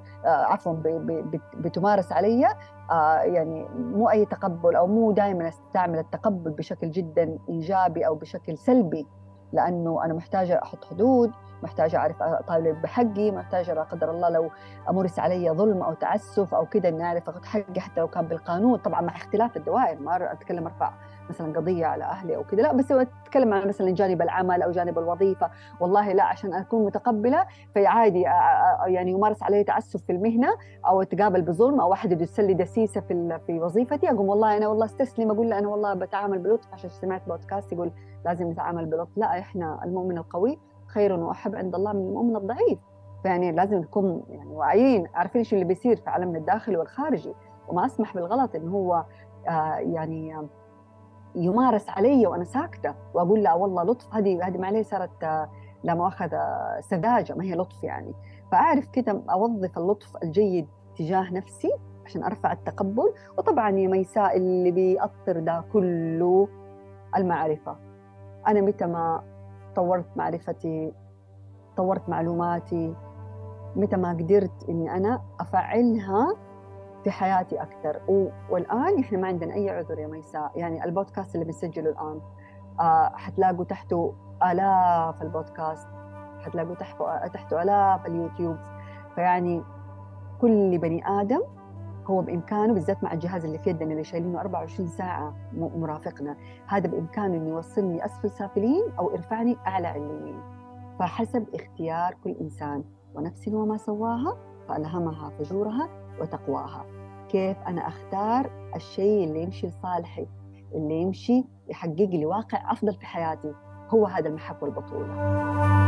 Speaker 2: بتمارس علي، يعني مو أي تقبل أو مو دائما أستعمل التقبل بشكل جدا إيجابي أو بشكل سلبي، لأنه أنا محتاجة أحط حدود، محتاجة أعرف أطالب بحقي، محتاجة لا قدر الله لو أمارس علي ظلم أو تعسف أو كده إني أعرف أخذ حقي حتى لو كان بالقانون، طبعا مع اختلاف الدوائر. ما أتكلم أرفع مثلا قضية على أهلي أو كده، لا، بس أتكلم عن مثلا جانب العمل أو جانب الوظيفة، والله لا عشان أكون متقبلة فعادي يعني يمارس علي تعسف في المهنة أو أتقابل بظلم أو واحد يدسل لي دسيسة في وظيفتي، أقوم والله أنا والله استسلم، أقول له أنا والله بتعامل بلطف عشان سمعت بودكاست يقول لازم نتعامل بلطف. لا، إحنا المؤمن القوي خير وأحب عند الله من المؤمن الضعيف. فيعني لازم نكون يعني واعيين، عارفين ايش اللي بيصير في عالمنا الداخلي والخارجي، وما اسمح بالغلط انه هو يعني يمارس علي وانا ساكته واقول لا والله لطف، هذه معليه صارت لا مؤاخذه سذاجه، ما هي لطف يعني. فاعرف كده اوظف اللطف الجيد تجاه نفسي عشان ارفع التقبل. وطبعا يا ميساء اللي بيأثر ده كله المعرفه. انا متى ما طورت معرفتي، طورت معلوماتي، متى ما قدرت إني أنا أفعلها في حياتي أكثر. والآن إحنا ما عندنا أي عذر يا ميساء، يعني البودكاست اللي بنسجله الآن حتلاقوا تحته آلاف البودكاست، حتلاقوا تحته آلاف اليوتيوب. فيعني كل بني آدم هو بإمكانه بالذات مع الجهاز اللي في يدنا اللي شايلينه 24 ساعة مرافقنا، هذا بإمكانه إنه يوصلني أسفل سافلين أو يرفعني أعلى عليين. فحسب اختيار كل إنسان. ونفس وما سواها فألهمها فجورها وتقواها. كيف أنا أختار الشيء اللي يمشي لصالحي، اللي يمشي يحقق لي واقع أفضل في حياتي، هو هذا المحك والبطولة.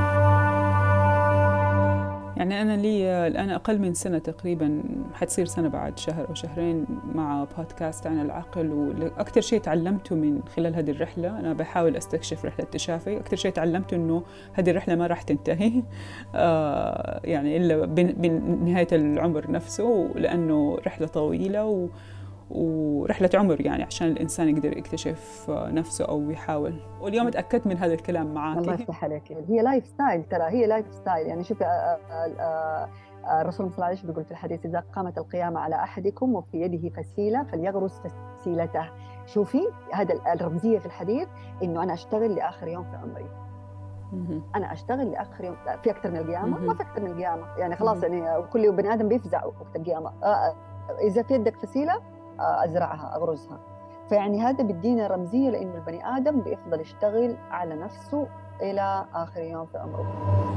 Speaker 1: يعني أنا لي الآن أقل من سنة تقريباً، حتصير سنة بعد شهر أو شهرين، مع بودكاست عن العقل. وأكثر شيء تعلمته من خلال هذه الرحلة، أنا بحاول أستكشف رحلة اكتشافي، أكثر شيء تعلمته إنه هذه الرحلة ما راح تنتهي يعني إلا بنهاية العمر نفسه، لأنه رحلة طويلة ورحلة عمر، يعني عشان الإنسان يقدر يكتشف نفسه أو يحاول. واليوم اتأكدت من هذا الكلام معك.
Speaker 2: الله يفتح عليك. هي لايف ستايل، ترى هي لايف ستايل. يعني شوفي الرسول صلى الله عليه وسلم بيقول في الحديث: إذا قامت القيامة على أحدكم وفي يده فسيلة فليغرس فسيلته. شوفي هذا الرمزية في الحديث، إنه أنا أشتغل لآخر يوم في عمري. أنا أشتغل لآخر يوم. في أكثر من القيامة؟ ما في أكثر من القيامة. يعني خلاص، يعني كل بني آدم بيفزع وقت القيامة. إذا في يدك فسيلة أزرعها، أغرزها. فيعني هذا بدينا رمزية، لأنه البني آدم بيفضل يشتغل على نفسه إلى آخر يوم في عمره.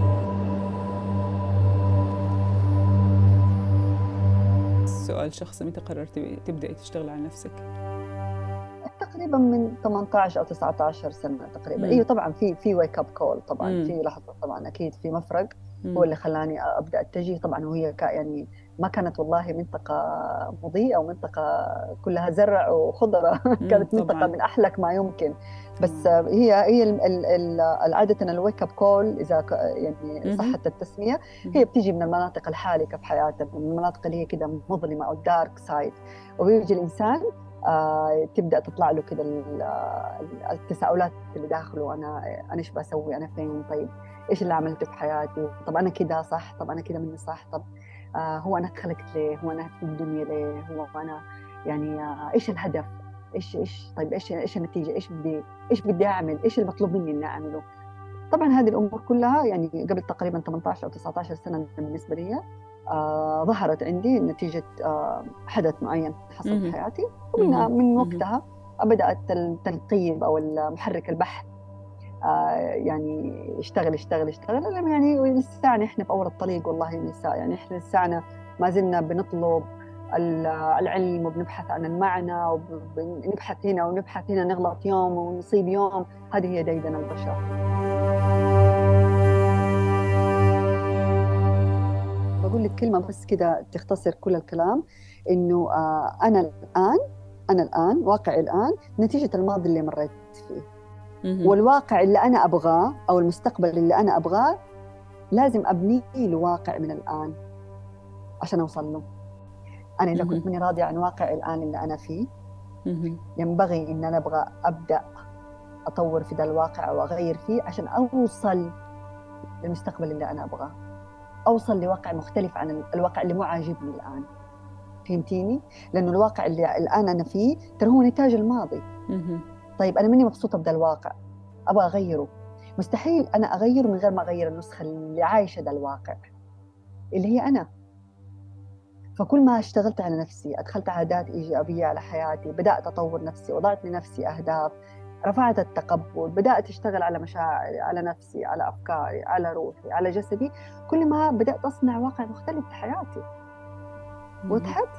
Speaker 1: سؤال شخصي، متى قررت تبدأي تشتغل على نفسك؟
Speaker 2: تقريبا من 18 أو 19 سنة تقريبا. أيوة طبعا في ويك اب كول، طبعا في لحظة، طبعا أكيد في مفرق هو اللي خلاني أبدأ أتجه. طبعا وهي يعني ما كانت والله منطقة مضيئة أو منطقة كلها زرع وخضرة كانت منطقة من أحلك ما يمكن. بس هي عادة الويك اب كول، إذا يعني صحت التسمية، هي بتيجي من المناطق الحالكة في حياتنا، من المناطق اللي هي كده مظلمة أو دارك سايد، وبيجي الإنسان تبدأ تطلع له كده التساؤلات اللي داخله: أنا إيش بسوي؟ أنا فين؟ طيب إيش اللي عملته في حياتي؟ طب أنا كده صح؟ طب أنا كده مني صح؟ طب هو أنا خلقت ليه؟ هو أنا في الدنيا ليه؟ هو أنا يعني إيش الهدف؟ طيب إيش النتيجة؟ إيش بدي أعمل؟ إيش المطلوب مني إني أعمله؟ طبعا هذه الأمور كلها يعني قبل تقريبا 18 أو 19 سنة بالنسبة لي ظهرت عندي نتيجة حدث معين حصل في حياتي. ومن وقتها بدأت التنقيب أو المحرك البحث يعني اشتغل يعني لسانا إحنا في أول الطريق. والله النساء يعني إحنا لسانا ما زلنا بنطلب العلم وبنبحث عن المعنى، وبنبحث هنا ونبحث هنا، نغلط يوم ونصيب يوم. هذه هي ديدن البشر. بقول لك كلمة بس كده تختصر كل الكلام، إنه أنا الآن واقعي الآن نتيجة الماضي اللي مريت فيه. والواقع اللي أنا أبغاه أو المستقبل اللي أنا أبغاه لازم أبني له واقع من الآن عشان أوصل له. أنا إذا كنت مني راضية عن واقعي الآن اللي أنا فيه، ينبغي إن أنا أبغى أبدأ أطور في ذا الواقع وأغير فيه عشان أوصل للمستقبل اللي أنا أبغاه، أوصل لواقع مختلف عن الواقع اللي مو عاجبني الآن. فهمتيني؟ لأنه الواقع اللي الآن أنا فيه ترى هو نتاج الماضي. طيب أنا مني مبسوطة بذا الواقع، أبغى أغيره. مستحيل أنا أغيره من غير ما أغير النسخة اللي عايشة ذا الواقع اللي هي أنا. فكل ما اشتغلت على نفسي، أدخلت عادات إيجابية على حياتي، بدأت أطور نفسي، وضعت لنفسي أهداف، رفعت التقبل، بدأت أشتغل على مشاعري، على نفسي، على أفكاري، على روحي، على جسدي، كل ما بدأت أصنع واقع مختلف في حياتي. وضحت؟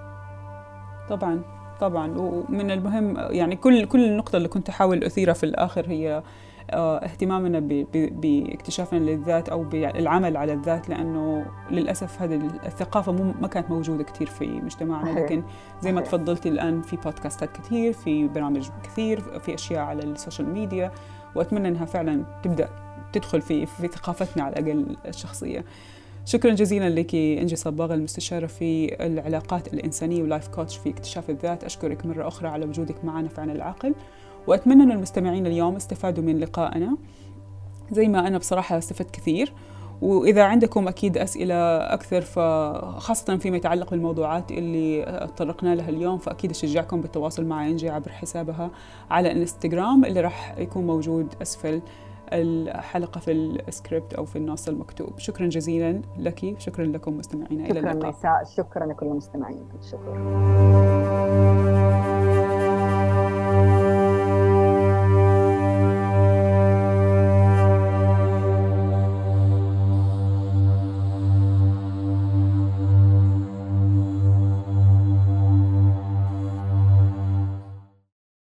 Speaker 1: طبعا. ومن المهم يعني كل النقطة اللي كنت أحاول أثيرها في الآخر هي اهتمامنا باكتشافنا للذات أو بالعمل على الذات، لأنه للأسف هذه الثقافة ما كانت موجودة كتير في مجتمعنا. لكن زي ما تفضلتي الآن في بودكاستات كتير، في برامج كثير، في أشياء على السوشيال ميديا، وأتمنى أنها فعلا تبدأ تدخل في ثقافتنا على الأقل الشخصية. شكرا جزيلا لك إنجي صباغ، المستشارة في العلاقات الإنسانية ولايف كوتش في اكتشاف الذات. أشكرك مرة أخرى على وجودك معنا في عن العقل، وأتمنى أن المستمعين اليوم استفادوا من لقائنا زي ما أنا بصراحة استفدت كثير. وإذا عندكم أكيد أسئلة أكثر، خاصة فيما يتعلق بالموضوعات اللي تطرقنا لها اليوم، فأكيد أشجعكم بالتواصل مع إنجي عبر حسابها على الانستغرام اللي راح يكون موجود أسفل الحلقة في السكريبت أو في النص المكتوب. شكرا جزيلا لك، شكرا لكم مستمعينا، إلى اللقاء.
Speaker 2: شكرا نساء، شكرا لكل المستمعين، شكرا.